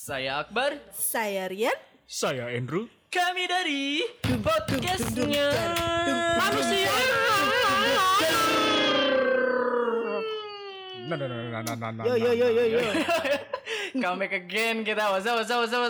Saya Akbar. Saya Rian. Saya Andrew. Kami dari podcastnya Manusia. Yo. Come back again kita. What's up.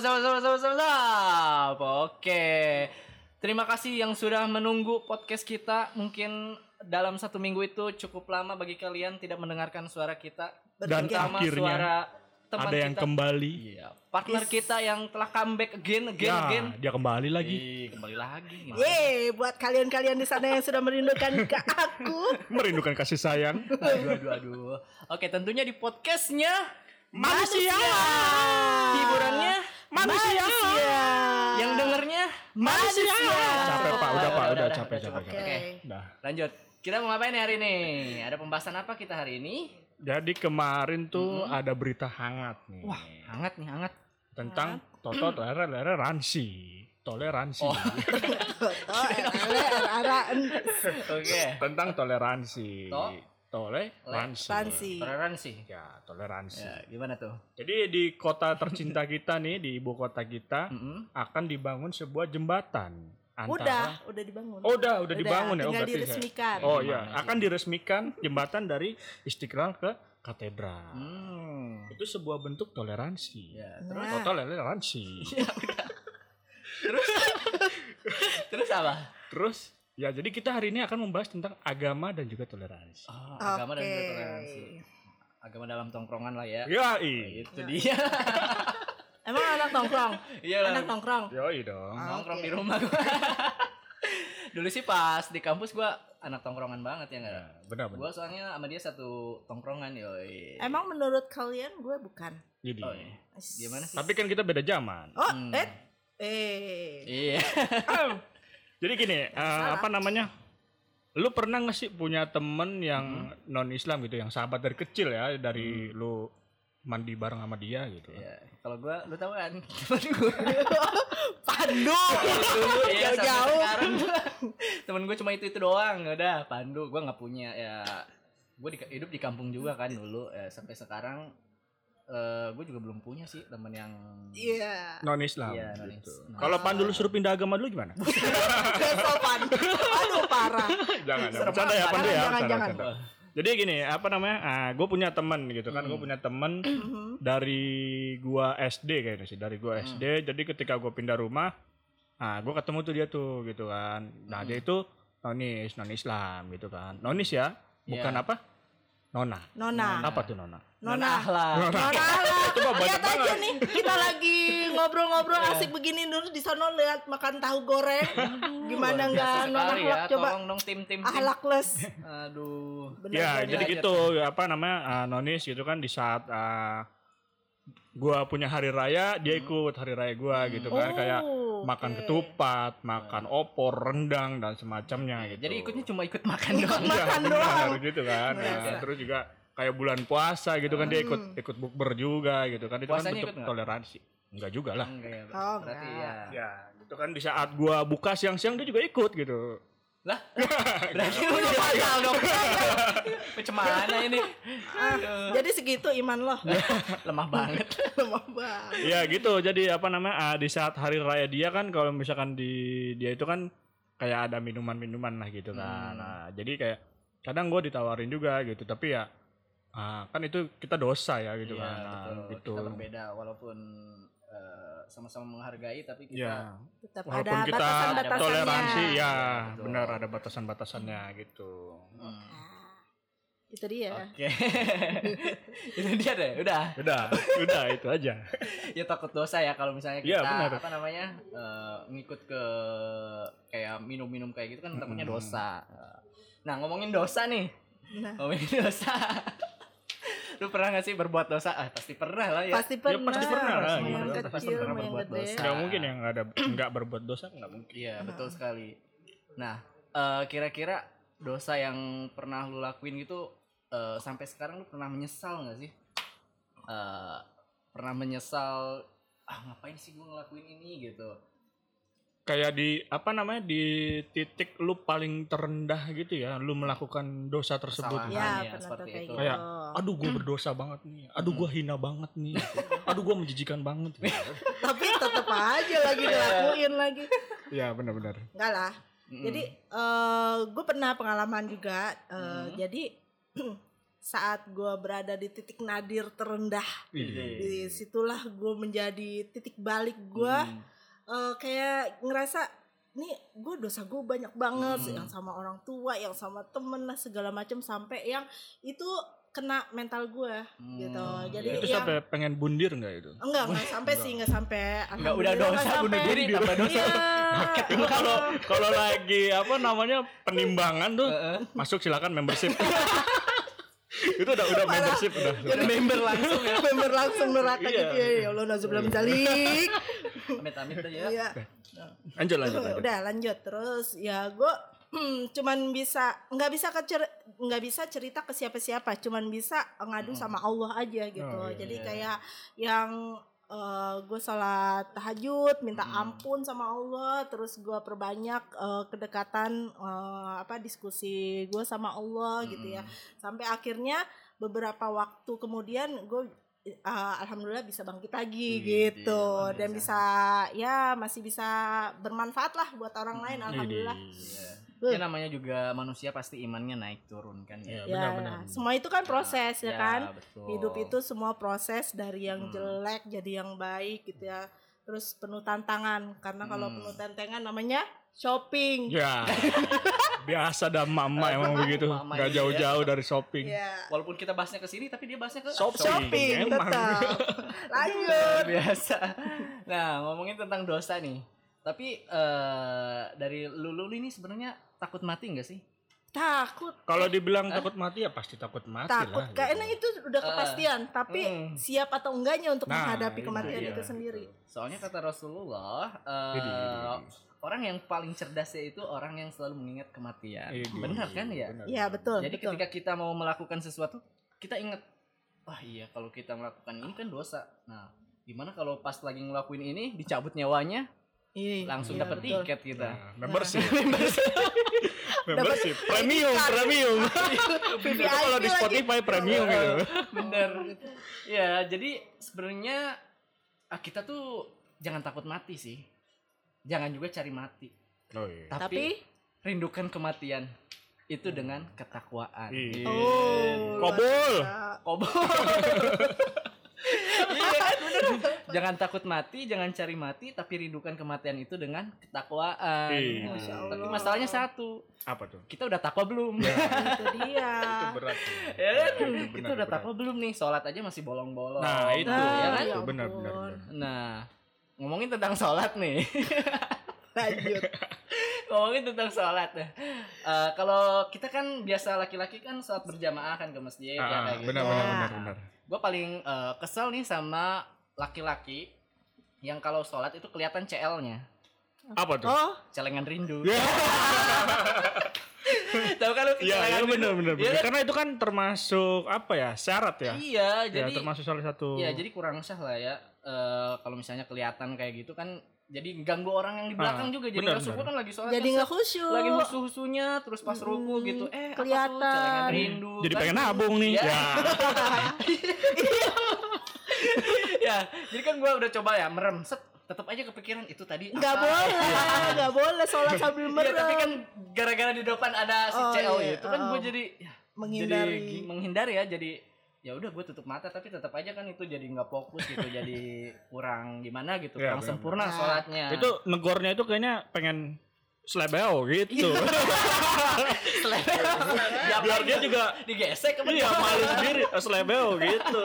Oke. Terima kasih yang sudah menunggu podcast kita. Mungkin dalam 1 minggu itu cukup lama bagi kalian tidak mendengarkan suara kita. Dan Terutama akhirnya suara teman ada yang kita. kembali. Iya, partner kita yang telah comeback again. Dia kembali lagi. Kembali lagi. Yeay, buat kalian-kalian di sana yang sudah merindukan ke aku. Merindukan kasih sayang. Aduh. Oke, tentunya di podcastnya Manusia. hiburannya Manusia. yang dengernya Manusia. Capek Pak, udah capek. Oke, Dah. lanjut. Kita mau ngapain hari ini? Ada pembahasan apa kita hari ini? Jadi kemarin tuh ada berita hangat nih. Wah, hangat. Tentang toleransi. Oh. Oke. Tentang toleransi. Toleransi. Ya, toleransi. Ya, gimana tuh? Jadi di kota tercinta kita nih, di ibu kota kita akan dibangun sebuah jembatan antara Udah dibangun. Oh, udah dibangun ya. Tinggal berarti diresmikan. Oh iya, akan diresmikan jembatan dari Istiqlal ke katedral. Itu sebuah bentuk toleransi. Ya, Toleransi. terus apa? Terus ya, jadi kita hari ini akan membahas tentang agama dan juga toleransi. Oh, agama dan Oke. juga toleransi. Agama dalam tongkrongan lah ya. Yoi. Itu dia. Emang anak nongkrong? Iya lah. Anak nongkrong. Yoi dong. Nongkrong Oke. di rumah gua. Dulu sih pas di kampus gua anak tongkrongan banget ya enggak? Benar. Gua soalnya sama dia satu tongkrongan yoi. Emang menurut kalian gue bukan? Jadi. Oh, iya. Gimana sih? Tapi kan kita beda zaman. Oh, Hmm. Iya. Jadi gini, apa namanya? Lu pernah nggak sih punya temen yang non Islam gitu, yang sahabat dari kecil ya, dari lu mandi bareng sama dia gitu? Iya. Kalau gua lu tahu kan temen gua. Pandu. Dulu ya sampai Jauh-jauh. sekarang temen gua cuma itu doang. Udah, Pandu gua enggak punya ya. Gua hidup di kampung juga kan dulu ya, sampai sekarang gue juga belum punya sih temen yang Iya. Non Islam. Iya, gitu. non-Islam. Kalau Pandu lu suruh pindah agama dulu gimana? Sopan. Aduh parah. Jangan, Serem bercanda ya banget. Pandu ya. Jangan, bercanda, jangan. bercanda. Jadi gini, apa namanya? Gue punya temen gitu kan, gue punya temen dari gua SD kayaknya sih, dari gua SD. Jadi ketika gue pindah rumah, gue ketemu tuh dia tuh gitu kan. Nah dia itu non Islam gitu kan. Nonis ya, bukan Iya. apa? Nona. Apa tuh Nona? Nona. lah. Nona lah. Itu mah banyak Lihat aja banget. nih, kita lagi ngobrol-ngobrol asik begini dulu di sana lihat makan tahu goreng. Gimana enggak Nona sekali ya, akhlak coba? tolong dong tim. Akhlakless. Aduh. Ya, Benar-benar. jadi gitu apa namanya nonis gitu kan, di saat gua punya hari raya, dia ikut hari raya gua gitu kan, kayak makan ketupat, makan opor, rendang dan semacamnya gitu. Jadi ikutnya cuma ikut makan doang. Iya, makan benar, doang. gitu kan. Nah, terus juga kayak bulan puasa gitu kan, dia ikut bukber juga gitu kan. Itu Puasanya kan bentuk ikut nggak? toleransi. Enggak juga lah. Enggak ya. Oh, Berarti enggak. ya. Ya, gitu kan, di saat gua buka siang-siang dia juga ikut gitu. Lah, berarti udah batal dong. Macam mana ini? Jadi segitu iman lo. Lemah banget. Lemah banget. Iya gitu. Jadi apa namanya, di saat hari raya dia kan, kalau misalkan dia itu kan kayak ada minuman lah gitu kan. Nah, jadi kayak kadang gue ditawarin juga gitu, tapi ya kan itu kita dosa ya gitu Iya, kan. Nah, betul. gitu. Kita berbeda walaupun sama-sama menghargai tapi kita Ya, Tetap walaupun ada kita batasan-batasannya. toleransi ya, Betul. benar ada batasan-batasannya gitu. Itu dia. Oke. Itu dia deh, udah. Udah itu aja. Ya takut dosa ya kalau misalnya Iya, kita benar. apa namanya? Ngikut ke kayak minum-minum kayak gitu kan takutnya dosa. Nah, ngomongin dosa nih. Nah. Ngomongin dosa. Lu pernah gak sih berbuat dosa? Pasti pernah lah ya. Pasti pernah. pasti pernah lah, Mau gitu. yang Pasti kecil, pernah mau yang berbuat gede. dosa. Nggak mungkin yang nggak berbuat dosa, nggak mungkin. Iya, betul sekali. Nah, kira-kira dosa yang pernah lu lakuin gitu sampai sekarang lu pernah menyesal gak sih? Pernah menyesal, ngapain sih gue ngelakuin ini gitu? kayak di di titik lu paling terendah gitu ya, lu melakukan dosa tersebut. Kesalahan. Ya, Ya, pernah seperti kayak itu. gitu. Kayak aduh gue berdosa banget nih, aduh gue hina banget nih, aduh gue menjijikan banget. Tapi tetap aja lagi dilakuin lagi. Ya benar-benar. Enggak lah. Jadi gue pernah pengalaman juga. Jadi saat gue berada di titik nadir terendah, di situlah gue menjadi titik balik gue. Kayak ngerasa nih gue dosa gue banyak banget, yang sama orang tua, yang sama temen lah segala macam, sampai yang itu kena mental gue gitu. Jadi Itu yang sampai pengen bundir nggak itu? enggak sampai sih, enggak sampai. Enggak udah dosa bunuh diri tambah dosa. Iya. Itu kalau lagi penimbangan tuh masuk silakan membership. Itu udah membership udah. Jadi member langsung ya. Member langsung neraka Iya. gitu ya. Ya Allah, nauzubillah min dzalik. Amit-amit aja ya. Iya. Lanjut. Udah lanjut terus ya, gue cuman bisa nggak bisa cerita ke siapa-siapa, cuman bisa ngadu sama Allah aja gitu. Jadi kayak yang gue sholat tahajud, minta ampun sama Allah, terus gue perbanyak kedekatan diskusi gue sama Allah gitu ya, sampai akhirnya beberapa waktu kemudian gue alhamdulillah bisa bangkit lagi gitu, dan bisa masih bisa bermanfaat lah buat orang lain, alhamdulillah. Ya namanya juga manusia pasti imannya naik turun kan ya. Benar-benar. Semua itu kan proses ya kan. Betul. Hidup itu semua proses, dari yang jelek jadi yang baik gitu ya. Terus penuh tantangan, karena kalau penuh tantangan namanya shopping. Ya. Biasa dah mama emang begitu. Mama Gak iya. jauh-jauh dari shopping. Ya. Walaupun kita bahasnya ke sini tapi dia bahasnya ke Shopping emang. tetap. Lanjut. Luar biasa. Nah, ngomongin tentang dosa nih. Tapi dari Lulu ini sebenarnya takut mati enggak sih? Takut. Kalau dibilang takut mati ya pasti takut mati Takut. lah. Kayaknya itu udah kepastian, tapi siap atau enggaknya untuk Nah, menghadapi kematian iya. itu sendiri. Soalnya kata Rasulullah, orang yang paling cerdasnya itu orang yang selalu mengingat kematian. Benar kan ya? Iya, betul. Jadi betul. ketika kita mau melakukan sesuatu, kita ingat, wah iya kalau kita melakukan ini kan dosa. Nah, gimana kalau pas lagi ngelakuin ini dicabut nyawanya, Iya, langsung iya, dapat betul. tiket kita. Membership. Membership. Premium. VVIP Itu kalau di lagi. Spotify premium gitu. Bener. Ya, jadi sebenarnya kita tuh jangan takut mati sih. Jangan juga cari mati. Oh iya. Tapi Rindukan kematian itu dengan ketakwaan. Iya. Kobol. Kobol. Iya kan, bener. Jangan takut mati, jangan cari mati, tapi rindukan kematian itu dengan ketakwaan. Iya. Masya Allah. Tapi masalahnya satu, Apa tuh? kita udah takwa belum? Itu dia. Itu berat. Ya kan? Itu Kita benar, udah benar. takwa belum nih, sholat aja masih bolong-bolong. Nah, itu. ya kan? ya Itu benar. ampun. Nah, ngomongin tentang sholat nih. Lanjut. Ngomongin tentang sholat. Kalau kita kan biasa laki-laki kan sholat berjamaah kan ke masjid ya kayak gitu. Benar. Gue paling kesel nih sama laki-laki yang kalau sholat itu kelihatan CL-nya, Apa tuh? Oh, celengan rindu. Ya. Tahu kan lu Iya, celengan rindu? benar. Iya kan? Karena itu kan termasuk apa ya? Syarat ya. Iya, Ya, jadi termasuk salah satu. ya jadi kurang sah lah ya. Kalau misalnya kelihatan kayak gitu kan, jadi ganggu orang yang di belakang juga. Jadi benar, nggak suka benar. kan lagi sholat. jadi terus nggak khusyuk. lagi husu-husunya terus pas ruku gitu kelihatan. apa tuh celengan rindu Jadi kan? pengen nabung nih. Ya. Ya. Ya jadi kan gue udah coba ya merem tetap aja kepikiran itu tadi Nggak apa. boleh, nggak boleh sholat sambil Iya merem. tapi kan gara-gara di depan ada si Oh, CL iya. itu kan gue jadi Menghindari. jadi menghindari ya, jadi ya udah gue tutup mata tapi tetap aja kan itu jadi nggak fokus gitu, jadi kurang gimana gitu, Ya, kurang benar. sempurna Nah, sholatnya. Itu negornya itu kayaknya pengen slebeo gitu. Ya, Biar dia juga digesek apa iya gimana? malu sendiri slebeo gitu.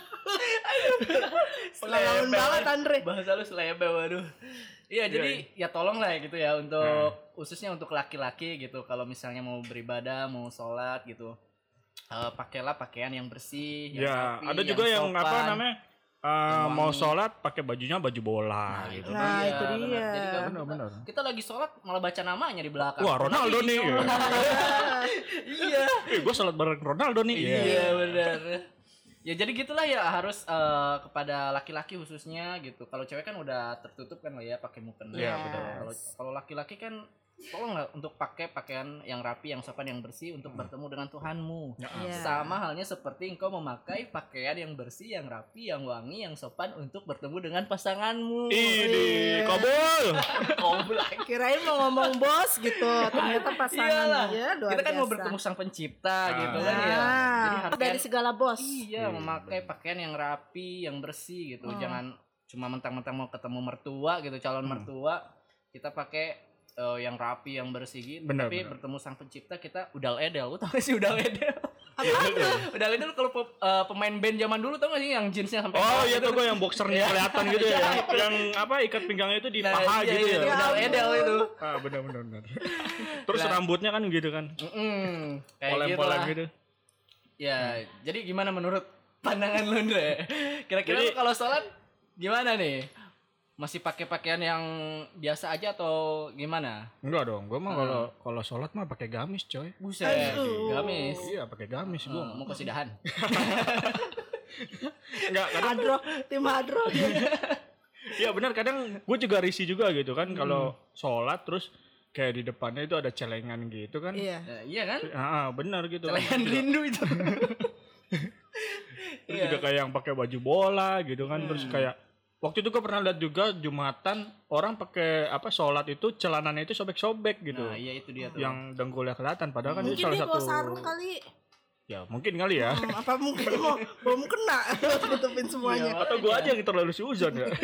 Pengalaman banget Andre. Bahasa lu selebe, waduh. Iya, jadi ya tolong lah gitu ya untuk khususnya untuk laki-laki gitu, kalau misalnya mau beribadah, mau sholat gitu, pakailah pakaian yang bersih, yang Ya, rapi, ada juga yang sopan. apa namanya? Yang Mau wangi. sholat pakai bajunya baju bola gitu. Nah, itu benar. dia. Jadi kalau Benar. kita lagi sholat malah baca namanya di belakang. Wah, Ronaldo Tapi nih. Iya. Gue sholat bareng Ronaldo nih. Iya, benar. Ya jadi gitulah ya harus kepada laki-laki khususnya gitu. Kalau cewek kan udah tertutup kan lah ya pakai mukena. Iya, Gitu. betul. Kalau laki-laki kan tolonglah untuk pakai pakaian yang rapi, yang sopan, yang bersih untuk bertemu dengan Tuhanmu. Iya. Sama halnya seperti engkau memakai pakaian yang bersih, yang rapi, yang wangi, yang sopan untuk bertemu dengan pasanganmu. Ini kabul. Goblok. Kirain mau ngomong bos gitu, ternyata pasangan Iyalah. ya luar Kita kan mau biasa. bertemu sang pencipta gitu kan ya. Ah, Jadi harus dari segala bos. iya, memakai pakaian yang rapi, yang bersih gitu. Jangan cuma mentang-mentang mau ketemu mertua gitu, calon mertua, kita pakai yang rapi, yang bersih gitu. Benar, Tapi benar. bertemu sang pencipta kita udal edel. Lu tau gak sih udal edel? Udal edel kalau pemain band zaman dulu tau gak sih yang jeansnya sampai Oh bawah iya gitu? tuh gue yang boxernya kelihatan gitu ya. Yang apa ikat pinggangnya itu di Nah, paha iya, gitu iya, ya. udal edel itu. Ah benar. Terus Nah. rambutnya kan gitu kan. Kayak gitu Polem-polem lah. gitu. Ya, jadi gimana menurut pandangan lu Ndre? Kira-kira Jadi- lu kalau sholat gimana nih? Masih pakai pakaian yang biasa aja atau gimana? Enggak dong, gue mah kalau sholat mah pakai gamis coy. Buset, Aduh. gamis. Iya pakai gamis gue. Mau kesidahan. Enggak kadang. Hadro, tim Hadro. Iya benar kadang gue juga risih juga gitu kan kalau sholat terus kayak di depannya itu ada celengan gitu kan. Iya. Iya kan? Benar gitu. Celengan rindu itu. Terus juga kayak yang pakai baju bola gitu kan. Terus kayak waktu itu gue pernah lihat juga Jumatan orang pakai apa sholat itu celananya itu sobek-sobek gitu. Nah, iya itu dia tuh. Yang dengkulnya kelihatan padahal kan itu Mungkin salah dia satu. bawa sarung kali. Ya mungkin kali ya. Apa mungkin mau belum kena tutupin semuanya. Atau gue aja yang terlalu suzon ya.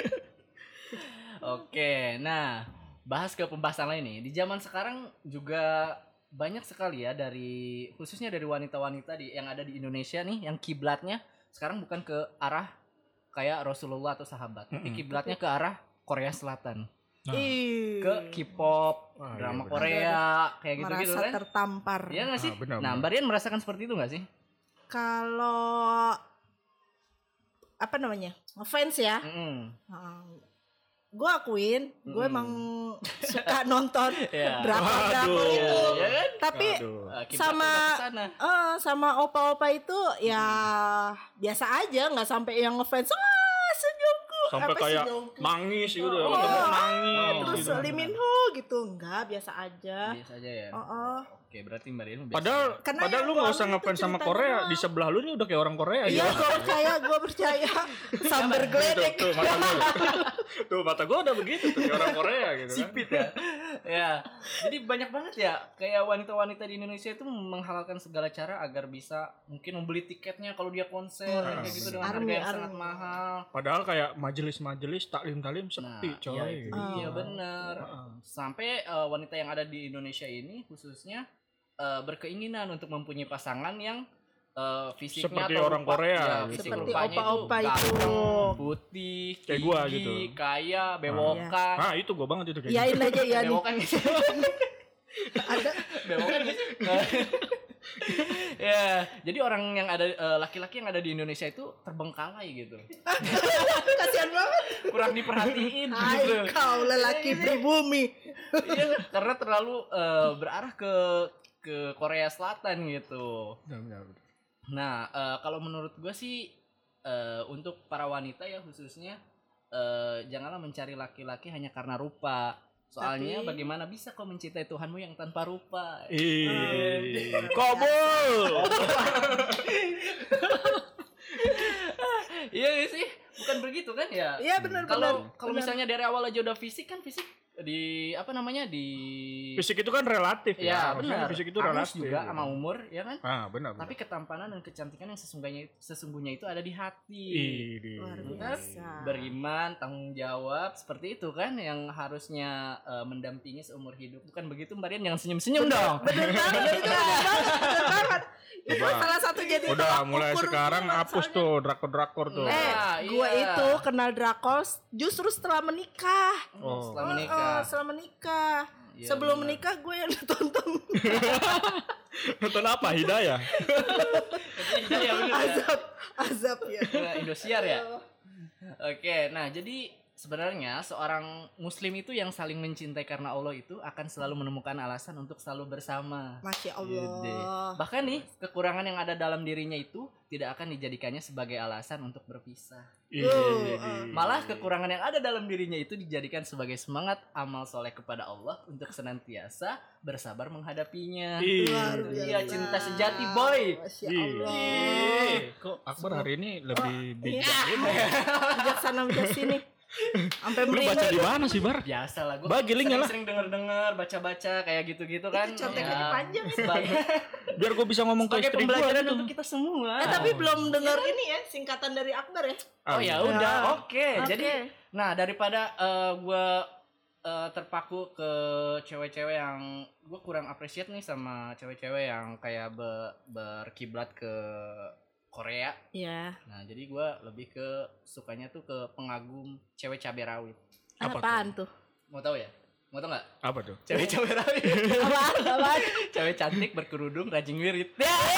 Oke, nah bahas ke pembahasan lain nih. Di zaman sekarang juga banyak sekali ya dari khususnya dari wanita-wanita yang ada di Indonesia nih yang kiblatnya sekarang bukan ke arah kayak Rasulullah atau sahabat, tapi kiblatnya ke arah Korea Selatan, Ih, ke K-pop, Wah, drama iya Korea kayak gitu-gitu merasa kan. tertampar. Iya nggak sih? benar, Nah, benar. Mbak Rian merasakan seperti itu nggak sih? Kalau apa namanya? Ngefans ya. Gue akuin, gue emang suka nonton Iya. drakor itu. Ya kan? Tapi Aduh. Kiblatnya sama udah kesana. sama opa-opa itu ya biasa aja, nggak sampai yang ngefans. Senyumku. Sampai Apa kayak senyumku? nangis gitu ya. Oh, Ketemu nangis Terus gitu. Lee Min Ho gitu, enggak biasa aja. Biasa aja ya. Oh. Oke, berarti Mbak Rian biasa. Karena Padahal yang lu gua nggak usah alami ngefans itu sama ceritanya Korea. doang. Di sebelah lu nih udah kayak orang Korea Iya, gitu. gue percaya. Sambar geledek. Tuh mata gua. Tuh mata gua udah begitu tuh kayak orang Korea gitu kan. Sipit ya. Ya. Jadi banyak banget ya kayak wanita-wanita di Indonesia itu menghalalkan segala cara agar bisa mungkin membeli tiketnya kalau dia konser kayak gitu dengan harga yang sangat mahal. Padahal kayak majelis-majelis taklim-taklim sepi coy. Iya, itu gitu. dia benar. Sampai wanita yang ada di Indonesia ini khususnya berkeinginan untuk mempunyai pasangan yang fisiknya Seperti atau orang rupa- Korea ya, gitu. fisik Seperti rupanya opa-opa itu. ganteng, putih, Kayak gua tinggi, gitu. kaya, bewokan. Nah itu gua banget itu kayak gitu. Iyain aja ya nih. Bewokan gitu. Ada Bewokan gitu. Ya, jadi orang yang ada laki-laki yang ada di Indonesia itu terbengkalai gitu. kasihan banget. Kurang diperhatiin Hai gitu. kau lelaki pribumi. Iya, karena terlalu berarah ke Korea Selatan gitu. Benar. Nah, kalau menurut gue sih untuk para wanita ya khususnya janganlah mencari laki-laki hanya karena rupa. Soalnya Tapi- bagaimana bisa kau mencintai Tuhanmu yang tanpa rupa? Kabul. Iya gak sih? Bukan begitu kan ya? Iya benar benar. Kalau misalnya dari awal aja udah fisik kan fisik di apa namanya di Fisik itu kan relatif ya ya. Maksudnya benar. fisik itu Angus relatif. juga sama umur ya kan? Benar. Tapi ketampanan dan kecantikan yang sesungguhnya itu ada di hati. Luar Benar. biasa. Beriman, tanggung jawab seperti itu kan yang harusnya mendampingi seumur hidup. Bukan begitu Mbak Rian, jangan senyum-senyum dong. Bener banget itu bener banget. Itu Udah. salah satu jadi Udah tolak mulai ukur sekarang gua, hapus soalnya. tuh drakor-drakor tuh. Nah, Gue iya. itu kenal drakor justru setelah menikah. Oh. Setelah menikah. Setelah menikah. Iya, Sebelum benar. menikah gue yang ditonton. Nonton apa? Hidayah. Iya benar ya. Azab ya. Indosiar ya. Oke, nah jadi sebenarnya seorang muslim itu yang saling mencintai karena Allah itu akan selalu menemukan alasan untuk selalu bersama. Masya Gitu. Allah. Bahkan nih kekurangan yang ada dalam dirinya itu tidak akan dijadikannya sebagai alasan untuk berpisah. Malah kekurangan yang ada dalam dirinya itu dijadikan sebagai semangat amal soleh kepada Allah untuk senantiasa bersabar menghadapinya. Luar biasa. Iya, cinta sejati, boy. Masya Allah. Kok Akbar hari ini lebih bijak Iya. ini? Bijaksana bijak sini. Sampai Lu baca merinding. di mana sih, Bar? Biasa lah, gue Bagi linknya lah. sering denger-denger, baca-baca kayak gitu-gitu kan. Itu contekannya panjang ya. Sebagai, Biar gue bisa ngomong ke sebagai istri gue. pembelajaran untuk kita semua. Tapi belum dengar ini ya singkatan dari Akbar ya. Oh ya Ya. udah, oke. Oke. Jadi, nah daripada gue terpaku ke cewek-cewek yang gue kurang appreciate nih sama cewek-cewek yang kayak berkiblat ke Korea. Iya. Nah jadi gue lebih ke sukanya tuh ke pengagum cewek cabai rawit. Apa Apaan tuh? Mau tahu ya? Mau tahu nggak? Apa tuh? Cewek cabai rawit. Apaan? Cewek cantik berkerudung rajin wirid.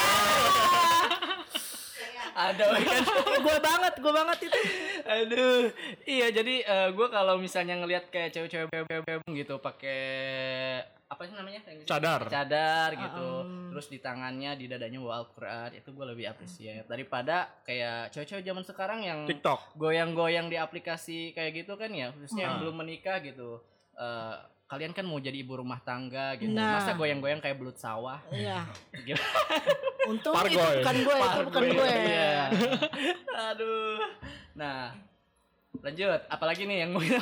Ada kan? Gue banget itu. Aduh, iya jadi gue kalau misalnya ngelihat kayak cewek-cewek gitu pakai apa sih namanya? Cadar gitu. Terus di tangannya, di dadanya bawa Al-Qur'an, itu gue lebih appreciate daripada kayak cewek-cewek zaman sekarang yang TikTok. goyang-goyang di aplikasi kayak gitu kan ya, khususnya yang belum menikah gitu. Kalian kan mau jadi ibu rumah tangga gitu. Nah. Masa goyang-goyang kayak belut sawah? Iya. Gitu. Untung Pargoy. itu bukan gue. Iya. Aduh. Nah, lanjut. Apalagi nih yang mau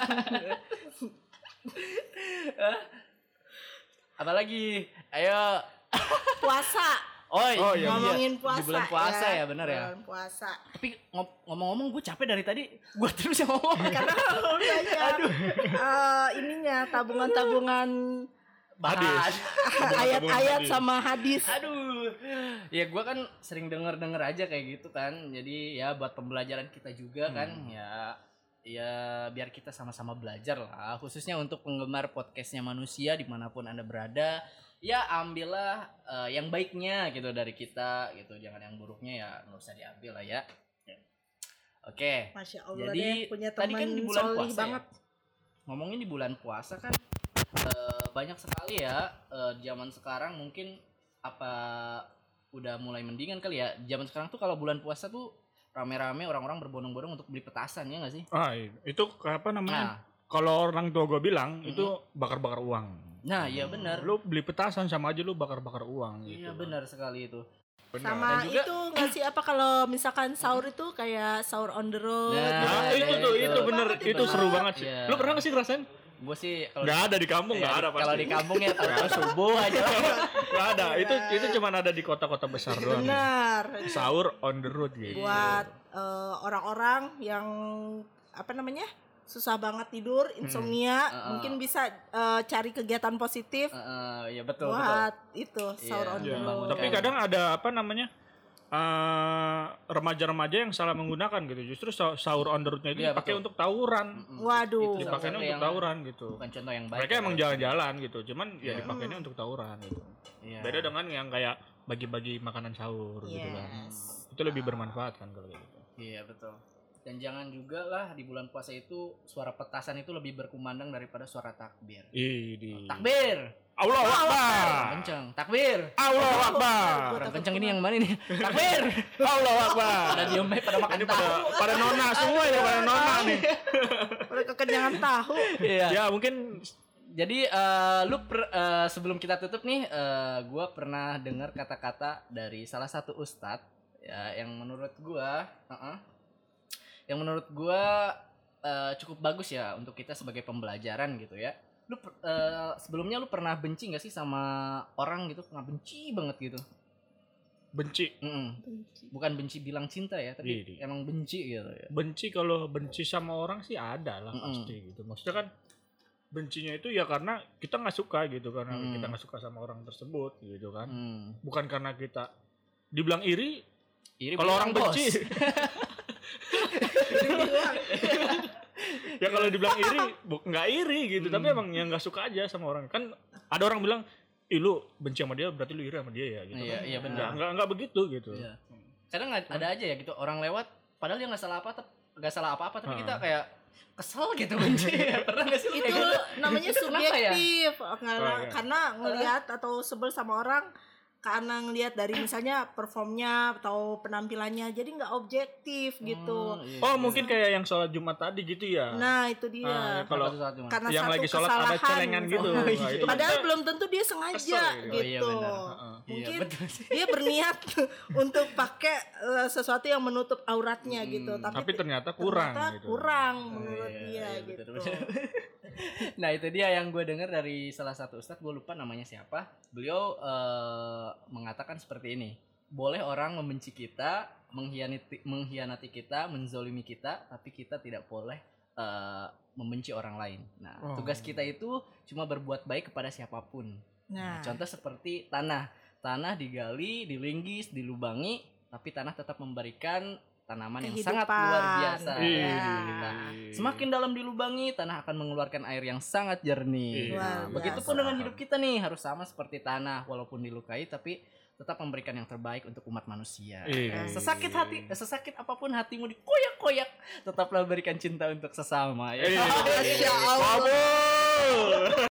Apalagi? Ayo. Puasa. Oh, iya. Ngomongin puasa. Di bulan puasa ya, benar ya? Bulan puasa. Tapi ngomong-ngomong gue capek dari tadi. Gue terus yang ngomong. Karena banyak ininya tabungan-tabungan Bahas. ayat-ayat sama hadis. Aduh. Ya gue kan sering denger aja kayak gitu kan. Jadi ya buat pembelajaran kita juga kan. Ya biar kita sama-sama belajar lah. Khususnya untuk penggemar podcastnya Manusia dimanapun Anda berada. Ya ambillah yang baiknya gitu dari kita gitu. Jangan yang buruknya ya nggak usah diambil lah ya. Oke. Masya Allah Jadi deh, punya tadi kan teman di bulan solih puasa banget. ya. Ngomongin di bulan puasa kan banyak sekali ya zaman sekarang mungkin apa udah mulai mendingan kali ya. Zaman sekarang tuh kalau bulan puasa tuh rame-rame orang-orang berbondong-bondong untuk beli petasan ya nggak sih? Itu apa namanya? Nah, Kalau orang tua gue bilang itu bakar-bakar uang. nah iya benar. Lu beli petasan sama aja lu bakar-bakar uang gitu. Iya benar sekali itu. Sama Dan juga- itu nggak sih apa kalau misalkan sahur itu kayak sahur on the road. Nah, Nah, itu tuh, itu bener, itu seru banget sih. Iya. Lu pernah gak sih ngerasain? Gue sih kalau Nggak ada di kampung, nggak ada pasti. Kalau di kampung ya tahu subuh aja lah. Nggak ada, itu cuma ada di kota-kota besar doang. Benar. Sahur on the road gitu. Buat orang-orang yang apa namanya susah banget tidur, insomnia, mungkin bisa cari kegiatan positif Iya betul. buat itu sahur Iya, on the Iya. road. Tapi kadang ada apa namanya remaja-remaja yang salah menggunakan gitu. Justru sahur on the road-nya itu Iya, dipakai betul. untuk tawuran. Waduh. Itu Dipakainya salah untuk satu tawuran gitu. Bukan contoh yang baik. Mereka emang jalan-jalan gitu, cuman ya dipakainya untuk tawuran gitu. Iya. Beda dengan yang kayak bagi-bagi makanan sahur gitu kan. Yes. Itu lebih bermanfaat kan kalau kayak gitu. Iya betul. Dan jangan juga lah di bulan puasa itu suara petasan itu lebih berkumandang daripada suara takbir. Takbir. Allahu Akbar. Kenceng. Takbir. Allahu Akbar. Kurang kenceng ini yang mana ini? Takbir. Allahu Akbar. Pada diem aja, pada makan Ini tahu. pada nona semua ini pada nona nih. Udah kekenyangan tahu. Iya. Ya mungkin Jadi sebelum kita tutup nih, gue pernah dengar kata-kata dari salah satu ustadz ya, yang menurut gue cukup bagus ya untuk kita sebagai pembelajaran gitu ya. Sebelumnya lu pernah benci nggak sih sama orang gitu? Pernah benci banget gitu? benci. Bukan benci bilang cinta ya, tapi Iya. emang benci gitu ya. Benci kalau benci sama orang sih ada lah pasti gitu. Maksudnya kan bencinya itu ya karena kita nggak suka gitu, karena kita nggak suka sama orang tersebut gitu kan. Bukan karena kita dibilang iri kalau orang benci. Ya kalau dibilang iri nggak iri gitu, tapi emang yang nggak suka aja sama orang. Kan ada orang bilang, "Ih, lu benci sama dia berarti lu iri sama dia ya," gitu. Iya, kan. iya benar. Nggak begitu gitu. Iya. Kadang ada aja ya gitu orang lewat padahal dia nggak salah apa-apa tapi kita kayak kesel gitu benci. Pernah gak sih? Itu namanya Itu kenapa ya? subjektif. Iya. Karena ngelihat atau sebel sama orang karena ngelihat dari misalnya performnya atau penampilannya, jadi nggak objektif gitu. Iya. Oh mungkin kayak yang sholat Jumat tadi gitu ya. Nah itu dia. Kalau Apa tuh sholat Jumat? Karena yang satu lagi sholat ada kesalahan celengan gitu. misalnya. Nah, itu kan Padahal kita belum tentu dia sengaja kesel gitu. Oh, iya, gitu. benar. Mungkin Iya, betul sih. dia berniat untuk pakai sesuatu yang menutup auratnya gitu, tapi ternyata kurang gitu. kurang menurut Iya, dia iya, gitu. betul. Nah itu dia yang gue dengar dari salah satu ustadz, gue lupa namanya siapa. Beliau mengatakan seperti ini: boleh orang membenci kita, mengkhianati kita, menzolimi kita, tapi kita tidak boleh membenci orang lain. Nah tugas kita itu cuma berbuat baik kepada siapapun. Nah, Contoh seperti tanah digali, dilinggis, dilubangi, tapi tanah tetap memberikan tanaman yang sangat Kehidupan. luar biasa. Iya. Nah, semakin dalam dilubangi, tanah akan mengeluarkan air yang sangat jernih. Luar Nah, begitupun dengan hidup kita nih, harus sama seperti tanah, walaupun dilukai tapi tetap memberikan yang terbaik untuk umat manusia. Iya. Sesakit apapun hatimu dikoyak-koyak, tetaplah berikan cinta untuk sesama. Ya. Masya Allah.